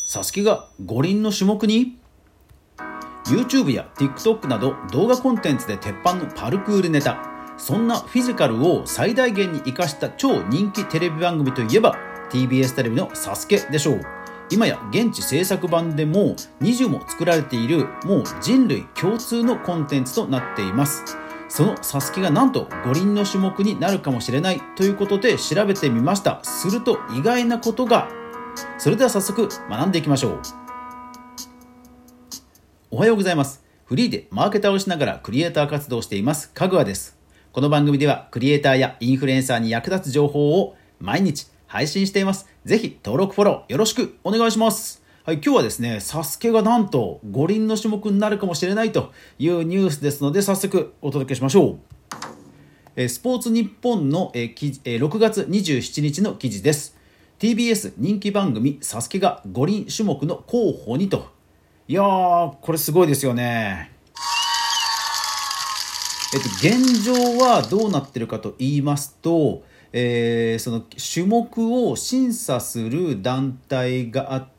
サスケが五輪の種目に？ YouTube や TikTok など動画コンテンツで鉄板のパルクールネタ。そんなフィジカルを最大限に生かした超人気テレビ番組といえば TBS テレビのサスケでしょう。今や現地制作版でも20も作られているもう人類共通のコンテンツとなっています。そのサスケがなんと五輪の種目になるかもしれないということで調べてみました。すると意外なことが。それでは早速学んでいきましょう。おはようございます。フリーでマーケターをしながらクリエイター活動をしていますかぐわです。この番組ではクリエイターやインフルエンサーに役立つ情報を毎日配信しています。ぜひ登録フォローよろしくお願いします。はい、今日はですね、サスケがなんと五輪の種目になるかもしれないというニュースですので、早速お届けしましょう。スポーツニッポンの6月27日の記事です。TBS 人気番組サスケが五輪種目の候補にと。いやー、これすごいですよね。現状はどうなってるかと言いますと、その種目を審査する団体があって、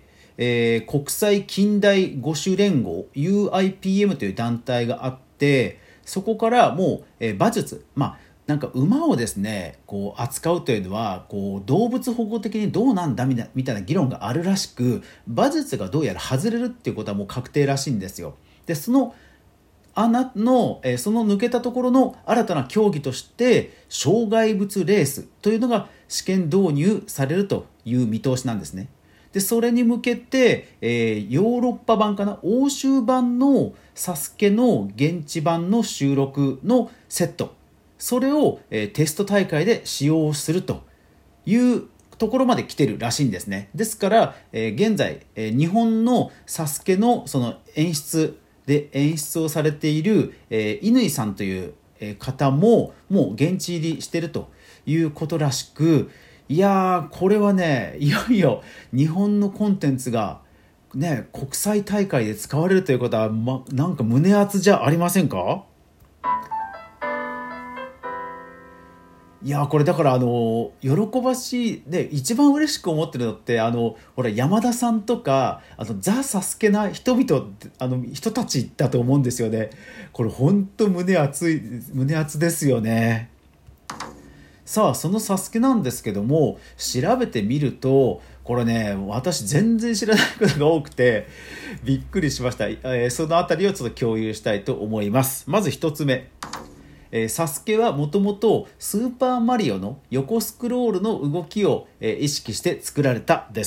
国際近代五種連合 UIPM という団体があって、そこからもう、馬術、なんか馬をですねこう扱うというのはこう動物保護的にどうなんだみたいな議論があるらしく、馬術がどうやら外れるっていうことはもう確定らしいんですよ。でその抜けたところの新たな競技として障害物レースというのが試験導入されるという見通しなんですね。でそれに向けて、ヨーロッパ版かな、欧州版のサスケの現地版の収録のセット、それを、テスト大会で使用するというところまで来てるらしいんですね。ですから、現在、日本のサスケのその演出をされている、乾さんという、方ももう現地入りしてるということらしく、いやーこれはね、いよいよ日本のコンテンツがね国際大会で使われるということは、なんか胸熱じゃありませんか？いやこれだから喜ばしいで、一番嬉しく思ってるのってほら山田さんとかザ・サスケな人たちだと思うんですよね。これ本当胸熱ですよね。さあそのサスケなんですけども、調べてみるとこれね、私全然知らないことが多くてびっくりしました。そのあたりをちょっと共有したいと思います。まず一つ目、サスケはもともとスーパーマリオの横スクロールの動きを、意識して作られたです。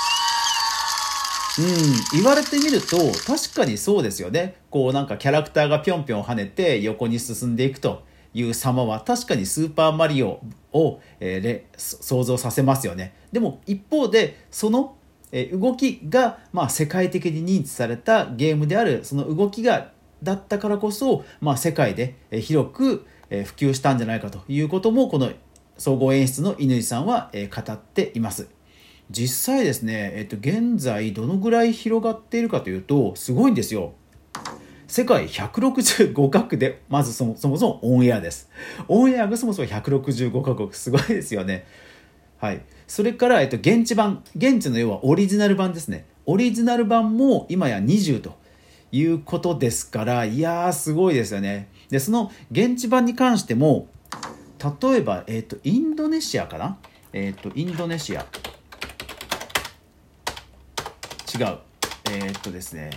言われてみると確かにそうですよね。こうなんかキャラクターがぴょんぴょん跳ねて横に進んでいくという様は確かにスーパーマリオを、想像させますよね。でも一方でその動きが、世界的に認知されたゲームであるその動きだったからこそ、世界で広く普及したんじゃないかということもこの総合演出の乾さんは語っています。実際ですね、現在どのぐらい広がっているかというとすごいんですよ。世界165カ国でまずそもそもオンエアです。オンエアがそもそも165カ国、すごいですよね。はい、それから、現地の要はオリジナル版ですね。オリジナル版も今や20ということですから、いやーすごいですよね。でその現地版に関しても例えば、インドネシアかな、インドネシア違うですね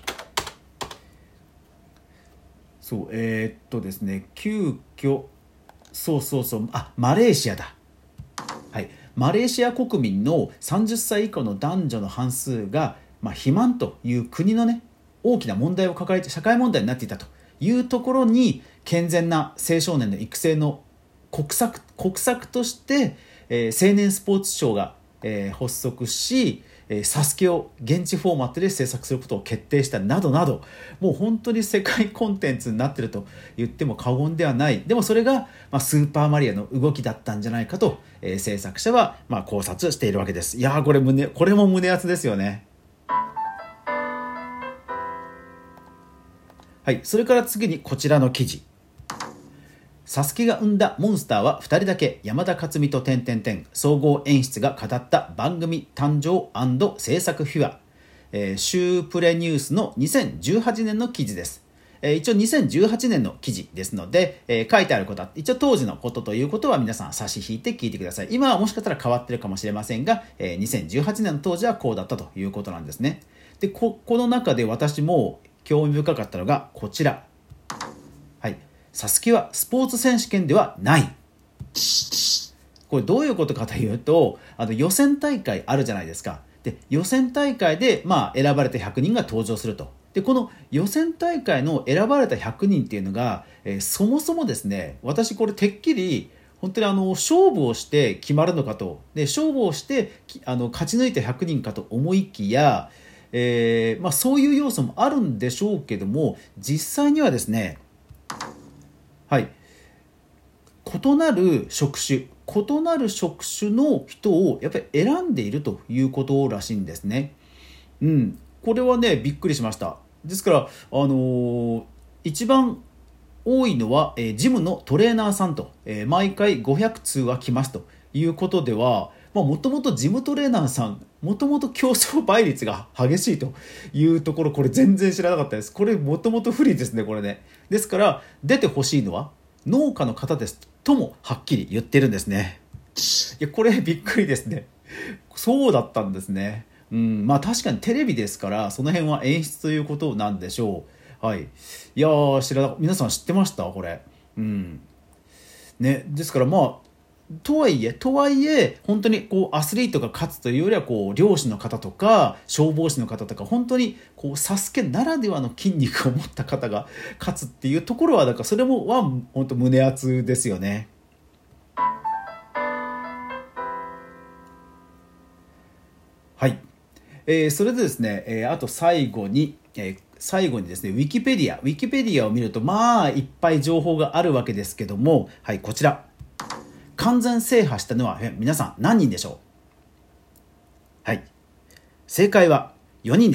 そうですね急遽マレーシアだ。はい、マレーシア国民の30歳以下の男女の半数が、肥満という国のね大きな問題を抱えて社会問題になっていたというところに、健全な青少年の育成の国策として、青年スポーツ庁が、発足し、サスケを現地フォーマットで制作することを決定したなどなど、もう本当に世界コンテンツになっていると言っても過言ではない。でもそれが、スーパーマリオの動きだったんじゃないかと、制作者は、考察しているわけです。いやーこれも胸熱ですよね。はい、それから次にこちらの記事。 サスケが生んだモンスターは2人だけ、山田勝美と総合演出が語った番組誕生&制作秘話、シュープレニュースの2018年の記事です。一応2018年の記事ですので、書いてあることは一応当時のことということは皆さん差し引いて聞いてください。今はもしかしたら変わってるかもしれませんが、2018年の当時はこうだったということなんですね。で、この中で私も興味深かったのがこちら。はい。サスケはスポーツ選手権ではない。これどういうことかというと、予選大会あるじゃないですか。で、予選大会で、選ばれた100人が登場すると。で、この予選大会の選ばれた100人っていうのが、そもそもですね、私これてっきり本当に勝負をして決まるのかと。で、勝負をして勝ち抜いた100人かと思いきや、そういう要素もあるんでしょうけども、実際にはですね、はい、異なる職種の人をやっぱり選んでいるということらしいんですね。これはね、びっくりしました。ですから、一番多いのは、ジムのトレーナーさんと、毎回500通は来ますということでは、もともとジムトレーナーさん、もともと競争倍率が激しいというところ、これ全然知らなかったです。これもともと不利ですね、これね。ですから、出てほしいのは農家の方ですともはっきり言ってるんですね。いや、これびっくりですね。そうだったんですね。確かにテレビですからその辺は演出ということなんでしょう。はい。いやー、皆さん知ってましたこれ。ね、ですからとはいえ本当にアスリートが勝つというよりは漁師の方とか消防士の方とか本当にサスケならではの筋肉を持った方が勝つっていうところはだからそれも本当胸熱ですよね。はい。それでですね、あと最後にですね、ウィキペディアを見るといっぱい情報があるわけですけども、はい、こちら完全制覇したのは皆さん何人でしょう？はい、正解は4人です。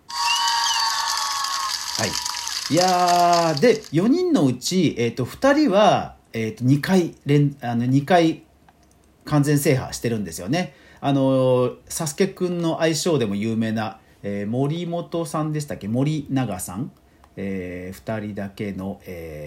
はい。いやー、で4人のうち、2人は、2回完全制覇してるんですよね。サスケくんの愛称でも有名な、森本さんでしたっけ、森永さん、2人だけの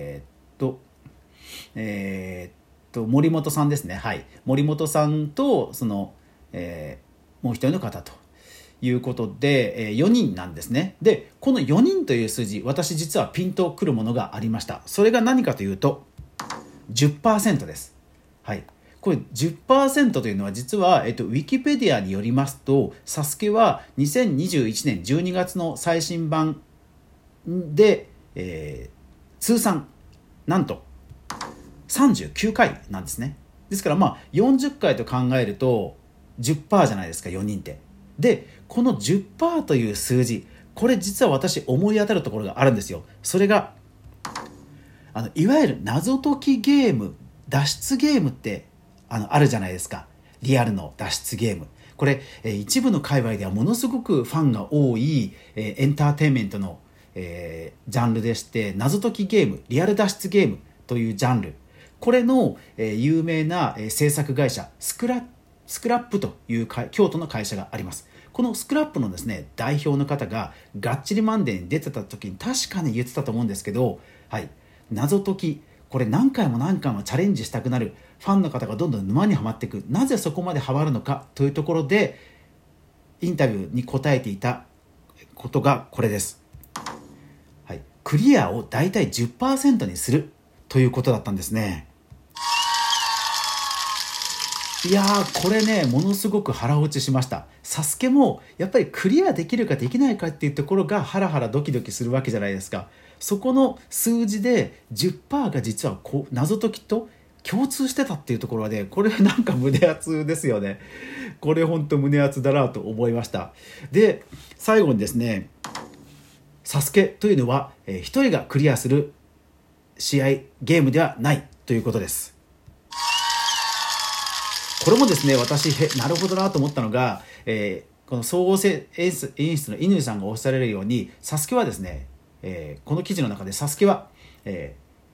森本さんですね。はい、森本さんともう一人の方ということで、4人なんですね。でこの4人という数字、私実はピンとくるものがありました。それが何かというと 10% です。はい、これ 10% というのは実は、ウィキペディアによりますと、サスケは2021年12月の最新版で、通算なんと39回なんですね。ですから40回と考えると 10% じゃないですか、4人って。でこの 10% という数字、これ実は私思い当たるところがあるんですよ。それがいわゆる謎解きゲーム、脱出ゲームってあるじゃないですか。リアルの脱出ゲーム、これ、一部の界隈ではものすごくファンが多い、エンターテインメントの、ジャンルでして、謎解きゲーム、リアル脱出ゲームというジャンル、これの、有名な、制作会社スクラップという京都の会社があります。このスクラップのですね、代表の方ががっちりマンデーに出てた時に確かに言ってたと思うんですけど、はい、謎解き、これ何回もチャレンジしたくなる、ファンの方がどんどん沼にはまっていく、なぜそこまでハマるのかというところでインタビューに答えていたことがこれです。はい、クリアをだいたい 10% にするということだったんですね。いやー、これね、ものすごく腹落ちしました。サスケもやっぱりクリアできるかできないかっていうところがハラハラドキドキするわけじゃないですか。そこの数字で 10% が実は謎解きと共通してたっていうところで、これなんか胸熱ですよね。これ本当胸熱だなと思いました。で最後にですね、サスケというのは一人がクリアする試合ゲームではないということです。これもですね、私なるほどなと思ったのが、この総合演出の乾さんがおっしゃられるように、サスケはですね、この記事の中でサスケは、一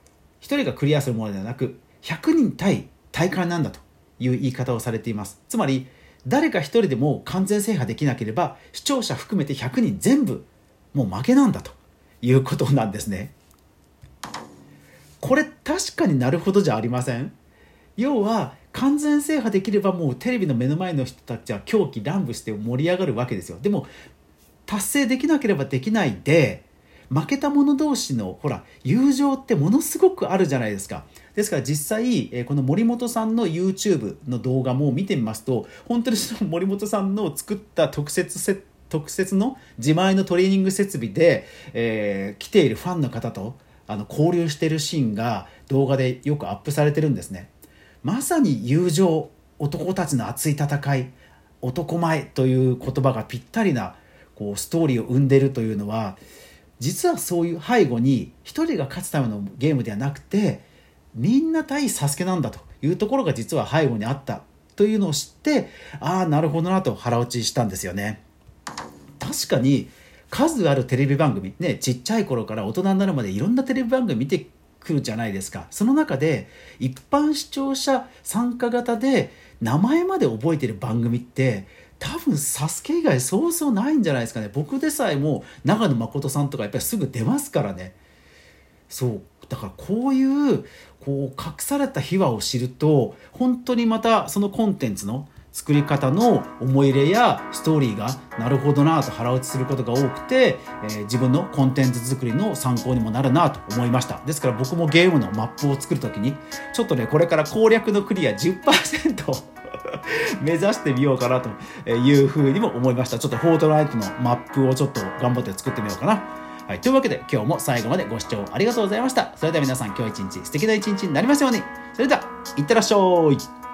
1人がクリアするものではなく100人対大会なんだという言い方をされています。つまり誰か1人でも完全制覇できなければ視聴者含めて100人全部もう負けなんだということなんですね。これ確かになるほどじゃありません？要は完全制覇できればもうテレビの目の前の人たちは狂喜乱舞して盛り上がるわけですよ。でも達成できなければできないで、負けた者同士の友情ってものすごくあるじゃないですか。ですから実際この森本さんの YouTube の動画も見てみますと、本当にその森本さんの作った特設の自前のトレーニング設備で、来ているファンの方と交流しているシーンが動画でよくアップされてるんですね。まさに友情、男たちの熱い戦い、男前という言葉がぴったりなストーリーを生んでいるというのは、実はそういう背後に一人が勝つためのゲームではなくて、みんな対サスケなんだというところが実は背後にあったというのを知って、なるほどなと腹落ちしたんですよね。確かに数あるテレビ番組ね、ちっちゃい頃から大人になるまでいろんなテレビ番組見てくるじゃないですか。その中で一般視聴者参加型で名前まで覚えている番組って多分サスケ以外そうそうないんじゃないですかね。僕でさえも長野誠さんとかやっぱりすぐ出ますからね。そうだからこういう隠された秘話を知ると、本当にまたそのコンテンツの作り方の思い入れやストーリーがなるほどなと腹落ちすることが多くて、自分のコンテンツ作りの参考にもなるなと思いました。ですから僕もゲームのマップを作るときにちょっとね、これから攻略のクリア 10% 目指してみようかなというふうにも思いました。ちょっとフォートナイトのマップをちょっと頑張って作ってみようかな。はい、というわけで今日も最後までご視聴ありがとうございました。それでは皆さん、今日一日素敵な一日になりますように。それではいってらっしゃい。